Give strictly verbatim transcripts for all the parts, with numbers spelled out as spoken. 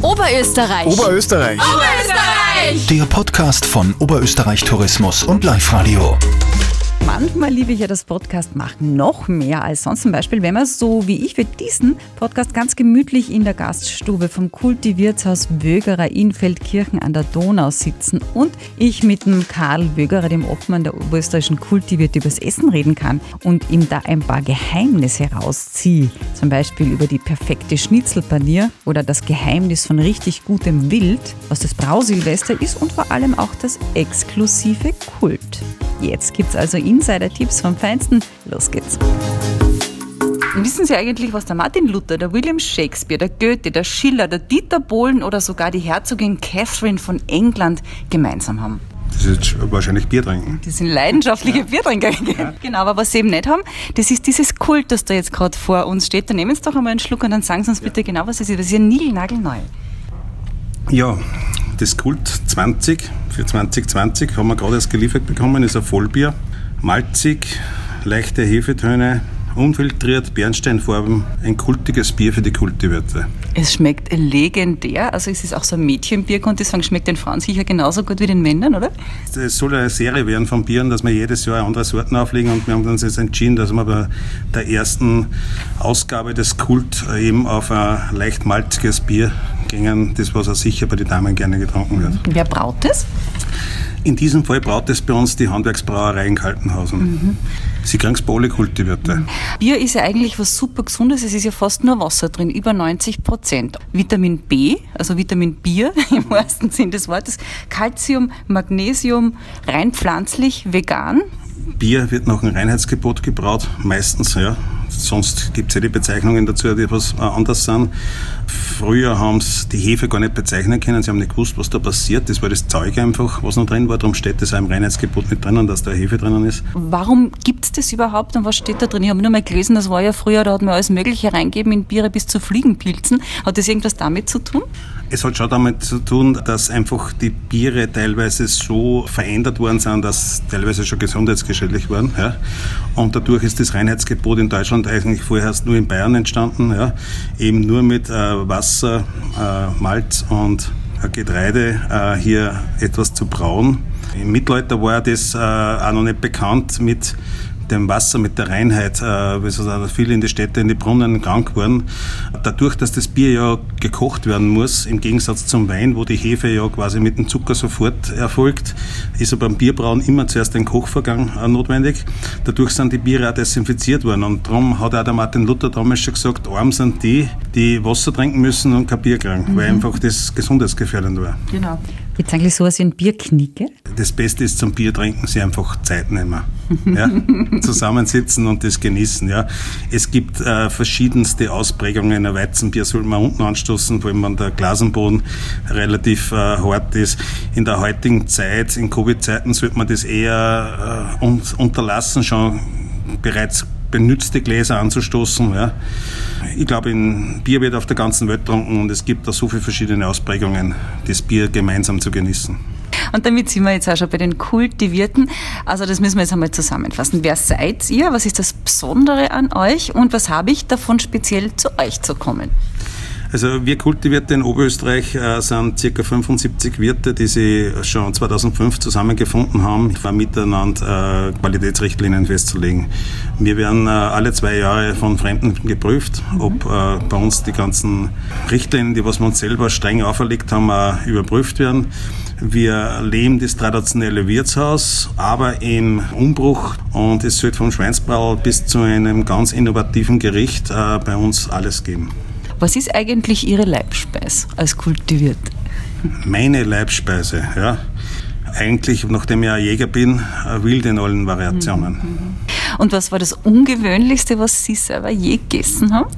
Oberösterreich. Oberösterreich. Oberösterreich. Der Podcast von Oberösterreich Tourismus und Live Radio. Manchmal liebe ich ja das Podcast machen noch mehr als sonst. Zum Beispiel, wenn wir so wie ich für diesen Podcast ganz gemütlich in der Gaststube vom Kulti-Wirtshaus Wögerer in Feldkirchen an der Donau sitzen und ich mit dem Karl Wögerer, dem Obmann der oberösterreichischen Kulti-Wirt, übers Essen reden kann und ihm da ein paar Geheimnisse rausziehe. Zum Beispiel über die perfekte Schnitzelpanier oder das Geheimnis von richtig gutem Wild, was das Brausilvester ist und vor allem auch das exklusive Kult. Jetzt gibt's also Insider-Tipps vom Feinsten. Los geht's. Wissen Sie eigentlich, was der Martin Luther, der William Shakespeare, der Goethe, der Schiller, der Dieter Bohlen oder sogar die Herzogin Catherine von England gemeinsam haben? Das ist wahrscheinlich Bier trinken. Die sind leidenschaftliche ja. Biertrinker. Ja. Genau, aber was sie eben nicht haben, das ist dieses Kult, das da jetzt gerade vor uns steht. Da nehmen Sie doch einmal einen Schluck und dann sagen Sie uns bitte ja. genau, was es ist. Das ist ja niegelnagelneu. Ja, das Kult zwanzig für zwanzig zwanzig haben wir gerade erst geliefert bekommen, ist ein Vollbier. Malzig, leichte Hefetöne, unfiltriert, Bernsteinfarben, ein kultiges Bier für die Kultiwirte. Es schmeckt legendär, also es ist auch so ein Mädchenbier, könnte ich sagen, schmeckt den Frauen sicher genauso gut wie den Männern, oder? Es soll eine Serie werden von Bieren, dass wir jedes Jahr andere Sorten auflegen und wir haben uns jetzt entschieden, dass wir bei der ersten Ausgabe des Kult eben auf ein leicht malziges Bier gingen, das was auch sicher bei den Damen gerne getrunken wird. Wer braut das? In diesem Fall braut es bei uns die Handwerksbrauerei in Kaltenhausen. Mhm. Sie kriegen es bei alle Kultiwirte. Mhm. Bier ist ja eigentlich was super Gesundes, es ist ja fast nur Wasser drin, über neunzig Prozent. Vitamin B, also Vitamin Bier im wahrsten Sinn des Wortes, Calcium, Magnesium, rein pflanzlich, vegan. Bier wird nach einem Reinheitsgebot gebraut, meistens, ja. Sonst gibt es ja die Bezeichnungen dazu, die etwas anders sind. Früher haben sie die Hefe gar nicht bezeichnen können, sie haben nicht gewusst, was da passiert. Das war das Zeug einfach, was noch drin war. Darum steht das auch im Reinheitsgebot nicht drinnen, dass da Hefe drinnen ist. Warum gibt es das überhaupt und was steht da drin? Ich habe nur mal gelesen, das war ja früher, da hat man alles Mögliche reingegeben in Biere bis zu Fliegenpilzen. Hat das irgendwas damit zu tun? Es hat schon damit zu tun, dass einfach die Biere teilweise so verändert worden sind, dass teilweise schon gesundheitsgeschädlich waren. Ja. Und dadurch ist das Reinheitsgebot in Deutschland eigentlich vorher nur in Bayern entstanden. Ja. Eben nur mit äh, Wasser, äh, Malz und äh, Getreide äh, hier etwas zu brauen. Im Mittelalter war das äh, auch noch nicht bekannt mit dem Wasser, mit der Reinheit, äh, also viele in die Städte, in die Brunnen krank wurden. Dadurch, dass das Bier ja gekocht werden muss, im Gegensatz zum Wein, wo die Hefe ja quasi mit dem Zucker sofort erfolgt, ist aber beim Bierbrauen immer zuerst ein Kochvorgang äh, notwendig. Dadurch sind die Biere auch desinfiziert worden und darum hat auch der Martin Luther damals schon gesagt, arm sind die, die Wasser trinken müssen und kein Bier kriegen, mhm. weil einfach das gesundheitsgefährdend war. Genau. Gibt es eigentlich sowas wie ein Bierknicke? Das Beste ist zum Bier trinken, sich einfach Zeit nehmen. Ja? Zusammensitzen und das genießen. Ja? Es gibt äh, verschiedenste Ausprägungen. Ein Weizenbier soll man unten anstoßen, vor allem wenn der Glasenboden relativ äh, hart ist. In der heutigen Zeit, in Covid-Zeiten, sollte man das eher äh, un- unterlassen, schon bereits benützte Gläser anzustoßen. Ja. Ich glaube, ein Bier wird auf der ganzen Welt getrunken und es gibt da so viele verschiedene Ausprägungen, das Bier gemeinsam zu genießen. Und damit sind wir jetzt auch schon bei den Kultivierten. Also das müssen wir jetzt einmal zusammenfassen. Wer seid ihr? Was ist das Besondere an euch? Und was habe ich davon, speziell zu euch zu kommen? Also wir Kultiwirte in Oberösterreich äh, sind ca. fünfundsiebzig Wirte, die sich schon zweitausendfünf zusammengefunden haben, miteinander äh, Qualitätsrichtlinien festzulegen. Wir werden äh, alle zwei Jahre von Fremden geprüft, mhm. ob äh, bei uns die ganzen Richtlinien, die was wir uns selber streng auferlegt haben, äh, überprüft werden. Wir leben das traditionelle Wirtshaus, aber im Umbruch und es wird vom Schweinsbraten bis zu einem ganz innovativen Gericht äh, bei uns alles geben. Was ist eigentlich Ihre Leibspeise als Kultiviert? Meine Leibspeise, ja. Eigentlich, nachdem ich ein Jäger bin, wild in allen Variationen. Und was war das Ungewöhnlichste, was Sie selber je gegessen haben?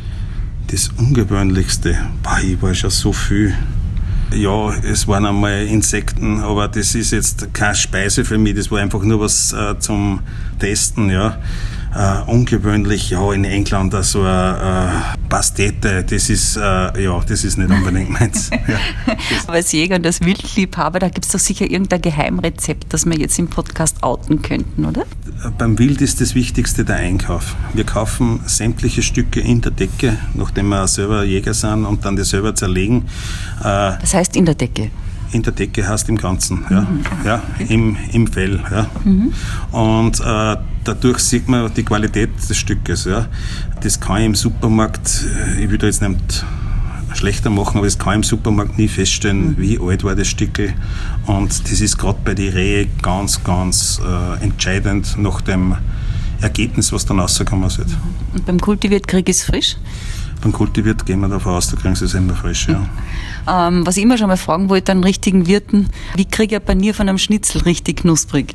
Das Ungewöhnlichste? Boah, ich war schon so viel. Ja, es waren einmal Insekten, aber das ist jetzt keine Speise für mich, das war einfach nur was äh, zum Testen, ja. äh, ungewöhnlich, ja, in England so eine äh, Pastete, das ist, äh, ja, das ist nicht unbedingt meins. Ja. Aber als Jäger und als Wildliebhaber, da gibt es doch sicher irgendein Geheimrezept, das wir jetzt im Podcast outen könnten, oder? Beim Wild ist das Wichtigste der Einkauf. Wir kaufen sämtliche Stücke in der Decke, nachdem wir selber Jäger sind, und dann die selber zerlegen. Äh, das heißt in der Decke? In der Decke heißt im Ganzen, ja, mhm. ja im, im Fell. Ja. Mhm. Und äh, dadurch sieht man die Qualität des Stückes. Ja. Das kann ich im Supermarkt, ich will da jetzt nicht schlechter machen, aber das kann ich im Supermarkt nie feststellen, mhm. wie alt war das Stückel. Und das ist gerade bei den Rehe ganz, ganz äh, entscheidend nach dem Ergebnis, was dann rauskommen soll. Und beim Kultiviert krieg ich es frisch? Beim Kultiviert gehen wir davon aus, da kriegen sie es immer frisch. Ja. Ähm, was ich immer schon mal fragen wollte, einen richtigen Wirten, wie kriege ich ein Panier von einem Schnitzel richtig knusprig?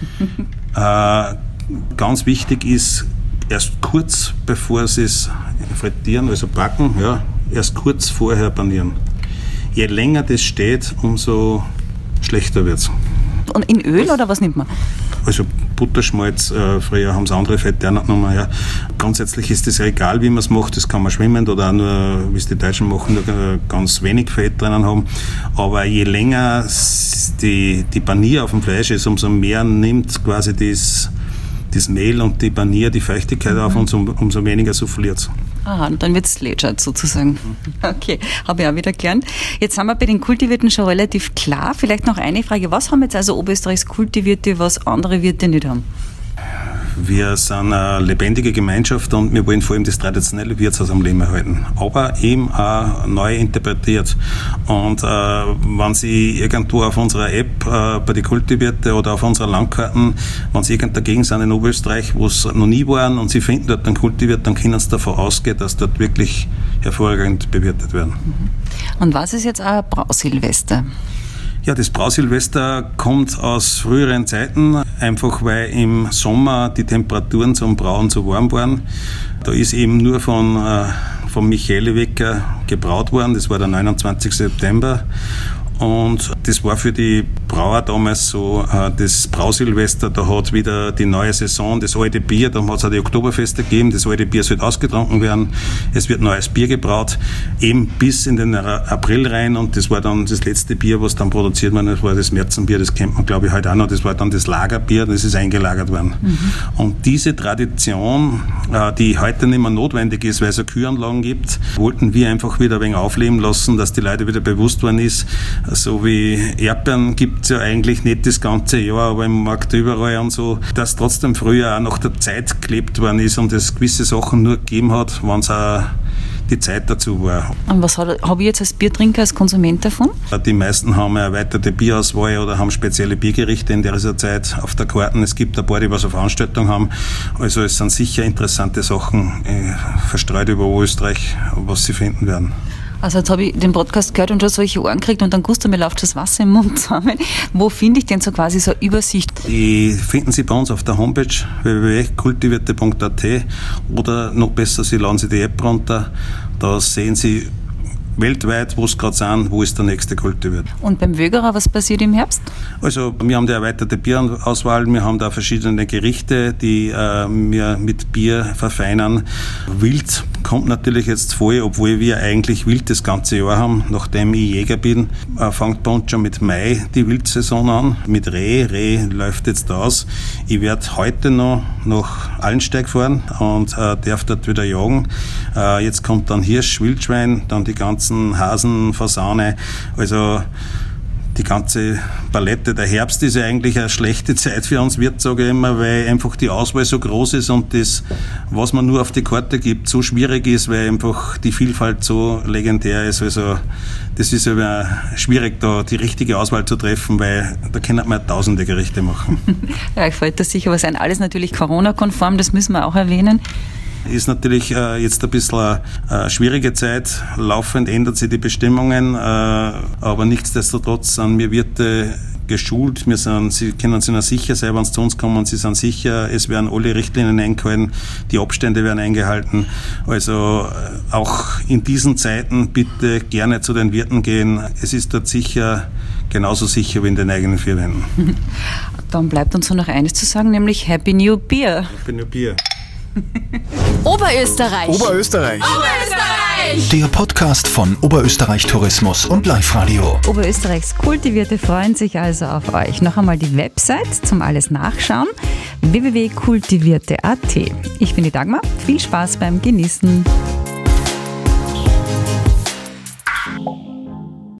äh, ganz wichtig ist, erst kurz bevor sie es frittieren, also backen, ja, erst kurz vorher panieren. Je länger das steht, umso schlechter wird es. Und in Öl oder was nimmt man? Also Butterschmalz, äh, früher haben sie andere Fette auch noch genommen. Ja. Grundsätzlich ist es egal, wie man es macht, das kann man schwimmend oder auch nur, wie es die Deutschen machen, nur ganz wenig Fett drinnen haben. Aber je länger die, die Panier auf dem Fleisch ist, umso mehr nimmt quasi das, das Mehl und die Panier die Feuchtigkeit mhm. auf und umso, umso weniger souffliert es. Aha, und dann wird es lätschert sozusagen. Okay, habe ich auch wieder gelernt. Jetzt sind wir bei den Kultivierten schon relativ klar. Vielleicht noch eine Frage. Was haben jetzt also Oberösterreichs Kultivierte, was andere Wirte nicht haben? Wir sind eine lebendige Gemeinschaft und wir wollen vor allem das traditionelle Wirtshaus am Leben erhalten, aber eben auch neu interpretiert. Und äh, wenn Sie irgendwo auf unserer App äh, bei den Kultivierte oder auf unserer Landkarten, wenn Sie irgend dagegen sind in Oberösterreich, wo es noch nie waren und Sie finden dort einen Kultiviert, dann können Sie davon ausgehen, dass dort wirklich hervorragend bewirtet werden. Und was ist jetzt ein Brausilvester? Ja, das Brausilvester kommt aus früheren Zeiten, einfach weil im Sommer die Temperaturen zum Brauen zu warm waren. Da ist eben nur von, äh, von Michele Wecker gebraut worden, das war der neunundzwanzigsten September. Und das war für die Brauer damals so, äh, das Brausilvester, da hat wieder die neue Saison, das alte Bier, da hat es auch die Oktoberfeste gegeben, das alte Bier soll ausgetrunken werden, es wird neues Bier gebraut, eben bis in den April rein, und das war dann das letzte Bier, was dann produziert wurde, das war das Märzenbier, das kennt man glaube ich heute auch noch, das war dann das Lagerbier, das ist eingelagert worden. Mhm. Und diese Tradition, äh, die heute nicht mehr notwendig ist, weil es ja Kühlanlagen gibt, wollten wir einfach wieder ein wenig aufleben lassen, dass die Leute wieder bewusst worden ist. So wie Erdbeeren gibt es ja eigentlich nicht das ganze Jahr, aber im Markt überall und so, dass trotzdem früher auch nach der Zeit gelebt worden ist und es gewisse Sachen nur gegeben hat, wenn es auch die Zeit dazu war. Und was habe ich jetzt als Biertrinker, als Konsument davon? Die meisten haben eine erweiterte Bierauswahl oder haben spezielle Biergerichte in dieser Zeit auf der Karte. Es gibt ein paar, die was auf Veranstaltung haben. Also es sind sicher interessante Sachen äh, verstreut über Österreich, was sie finden werden. Also jetzt habe ich den Podcast gehört und schon solche Ohren gekriegt und dann gewusst, mir läuft das Wasser im Mund zusammen. Wo finde ich denn so quasi so eine Übersicht? Die finden Sie bei uns auf der Homepage w w w punkt kultivierte punkt a t oder noch besser, Sie laden sich die App runter. Da sehen Sie weltweit, wo es gerade sind, wo ist der nächste Kultiviert. Und beim Wögerer, was passiert im Herbst? Also wir haben die erweiterte Bierauswahl, wir haben da verschiedene Gerichte, die äh, wir mit Bier verfeinern. Wild kommt natürlich jetzt vor, obwohl wir eigentlich Wild das ganze Jahr haben. Nachdem ich Jäger bin, äh, fängt bei uns schon mit Mai die Wildsaison an. Mit Reh, Reh läuft jetzt aus. Ich werde heute noch nach Allensteig fahren und äh, darf dort wieder jagen. Äh, jetzt kommt dann Hirsch, Wildschwein, dann die ganzen Hasen, Fasane, also die ganze Palette. Der Herbst ist ja eigentlich eine schlechte Zeit für uns Wirt, sage ich immer, weil einfach die Auswahl so groß ist und das, was man nur auf die Karte gibt, so schwierig ist, weil einfach die Vielfalt so legendär ist. Also das ist aber schwierig, da die richtige Auswahl zu treffen, weil da können wir tausende Gerichte machen. Ja, ich wollte das sicher was sein. Alles natürlich Corona-konform, das müssen wir auch erwähnen. Ist natürlich äh, jetzt ein bisschen eine äh, schwierige Zeit. Laufend ändern sich die Bestimmungen, äh, aber nichtsdestotrotz sind wir Wirte geschult. Wir sind, sie können sich noch sicher sein, wenn sie zu uns kommen. Sie sind sicher, es werden alle Richtlinien eingehalten, die Abstände werden eingehalten. Also äh, auch in diesen Zeiten bitte gerne zu den Wirten gehen. Es ist dort sicher genauso sicher wie in den eigenen vier Wänden. Dann bleibt uns nur noch eines zu sagen, nämlich Happy New Beer. Happy New Beer. Oberösterreich. Oberösterreich. Oberösterreich. Der Podcast von Oberösterreich Tourismus und Live Radio. Oberösterreichs Kultivierte freuen sich also auf euch. Noch einmal die Website zum alles nachschauen: w w w punkt kultivierte punkt a t. Ich bin die Dagmar. Viel Spaß beim Genießen.